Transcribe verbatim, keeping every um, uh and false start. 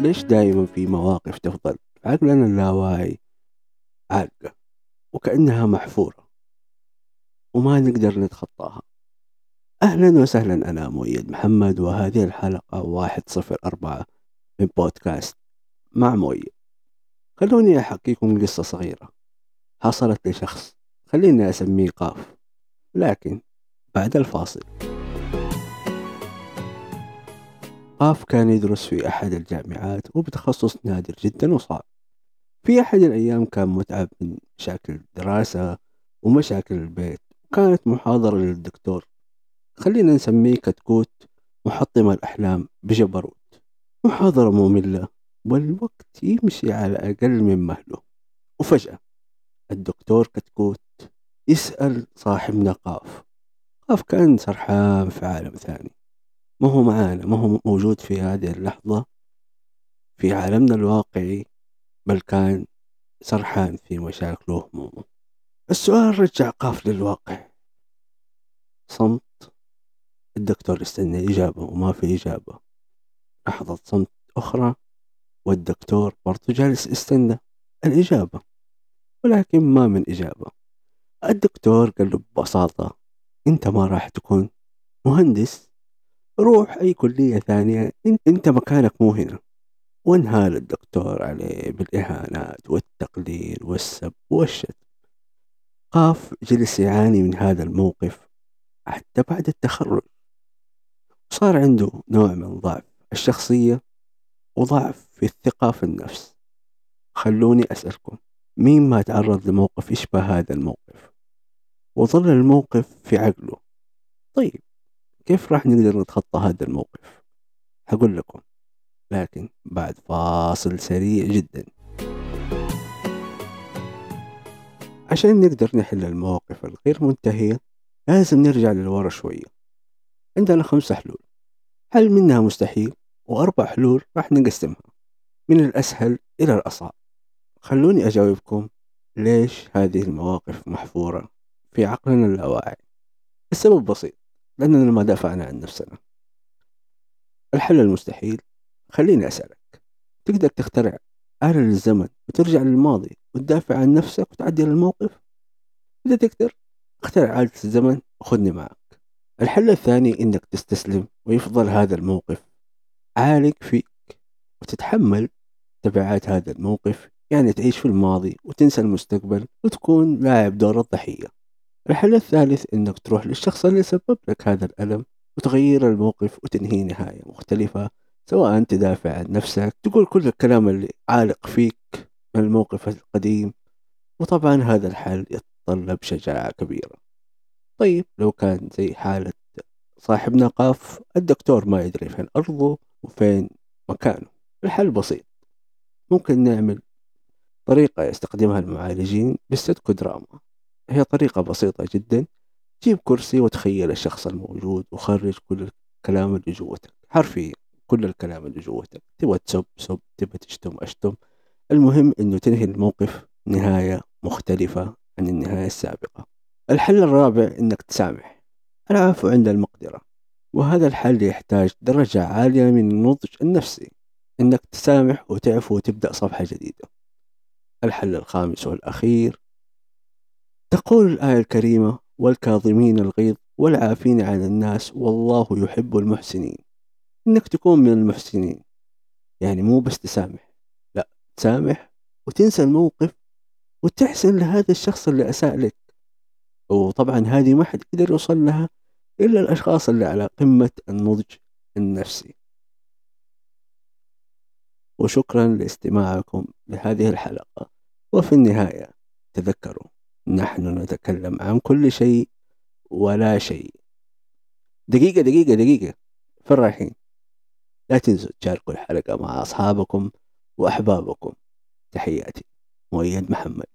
ليش دائما في مواقف تفضل عقلنا اللاواعي عالقة وكأنها محفورة وما نقدر نتخطاها؟ أهلا وسهلا، أنا مؤيد محمد وهذه الحلقة واحد صفر أربعة من بودكاست مع مؤيد. خلوني أحكيكم قصة صغيرة حصلت لشخص خليني أسميه قاف، لكن بعد الفاصل. قاف كان يدرس في أحد الجامعات وبتخصص نادر جدا وصعب. في أحد الأيام كان متعب من مشاكل الدراسة ومشاكل البيت، وكانت محاضرة للدكتور خلينا نسميه كتكوت محطم الأحلام بجبروت. محاضرة مملة والوقت يمشي على أقل من مهله، وفجأة الدكتور كتكوت يسأل صاحبنا قاف. قاف كان سرحان في عالم ثاني، ما هو معانا، ما هو موجود في هذه اللحظة في عالمنا الواقعي، بل كان سرحان في مشاكله وهمومه. السؤال رجع قاف للواقع. صمت. الدكتور استنى إجابة وما في إجابة. لحظة صمت أخرى والدكتور برضو جالس استنى الإجابة، ولكن ما من إجابة. الدكتور قال له ببساطة: أنت ما راح تكون مهندس، روح أي كلية ثانية، إن- أنت مكانك مو هنا. وانهال الدكتور عليه بالإهانات والتقليل والسب والشتم. قاف جلس يعاني من هذا الموقف حتى بعد التخرج، صار عنده نوع من ضعف الشخصية وضعف في الثقة في النفس. خلوني أسألكم، مين ما تعرض لموقف يشبه هذا الموقف وظل الموقف في عقله؟ طيب، كيف راح نقدر نتخطى هذا الموقف؟ هقول لكم، لكن بعد فاصل سريع جدا. عشان نقدر نحل المواقف الغير منتهية لازم نرجع للورا شوية. عندنا خمسة حلول، حل منها مستحيل وأربع حلول راح نقسمها من الأسهل إلى الأصعب. خلوني أجاوبكم ليش هذه المواقف محفورة في عقلنا اللاواعي. السبب بسيط، لأننا ما دافعنا عن نفسنا. الحل المستحيل، خليني أسألك، تقدر تخترع آلة للزمن وترجع للماضي وتدافع عن نفسك وتعدل الموقف؟ إذا تقدر، اخترع آلة الزمن وخذني معك. الحل الثاني إنك تستسلم ويفضل هذا الموقف عالق فيك وتتحمل تبعات هذا الموقف، يعني تعيش في الماضي وتنسى المستقبل وتكون لاعب دور الضحية. الحل الثالث إنك تروح للشخص اللي سبب لك هذا الألم وتغير الموقف وتنهي نهاية مختلفة، سواء تدافع عن نفسك، تقول كل الكلام اللي عالق فيك من الموقف القديم. وطبعا هذا الحل يتطلب شجاعة كبيرة. طيب، لو كان زي حالة صاحبنا قاف، الدكتور ما يدري فين أرضه وفين مكانه. الحل بسيط، ممكن نعمل طريقة يستخدمها المعالجين بالسيتكو دراما. هي طريقة بسيطة جدا. جيب كرسي وتخيل الشخص الموجود وخرج كل الكلام اللي جوتك، حرفيا كل الكلام اللي جوتك. تبغى تسب سب، تبغى تشتم اشتم، المهم انه تنهي الموقف نهاية مختلفة عن النهاية السابقة. الحل الرابع انك تسامح. العفو عند المقدرة، وهذا الحل يحتاج درجة عالية من النضج النفسي، انك تسامح وتعفو وتبدأ صفحة جديدة. الحل الخامس والأخير، تقول الآية الكريمة: والكاظمين الغيظ والعافين عن الناس والله يحب المحسنين. إنك تكون من المحسنين، يعني مو بس تسامح، لا، تسامح وتنسى الموقف وتحسن لهذا الشخص اللي أساء لك. وطبعا هذه ما حد يقدر يوصل لها إلا الأشخاص اللي على قمة النضج النفسي. وشكرا لاستماعكم لهذه الحلقة. وفي النهاية تذكروا، نحن نتكلم عن كل شيء ولا شيء. دقيقة دقيقة دقيقة، فين رايحين؟ لا تنسوا تشاركوا الحلقة مع أصحابكم وأحبابكم. تحياتي، مؤيد محمد.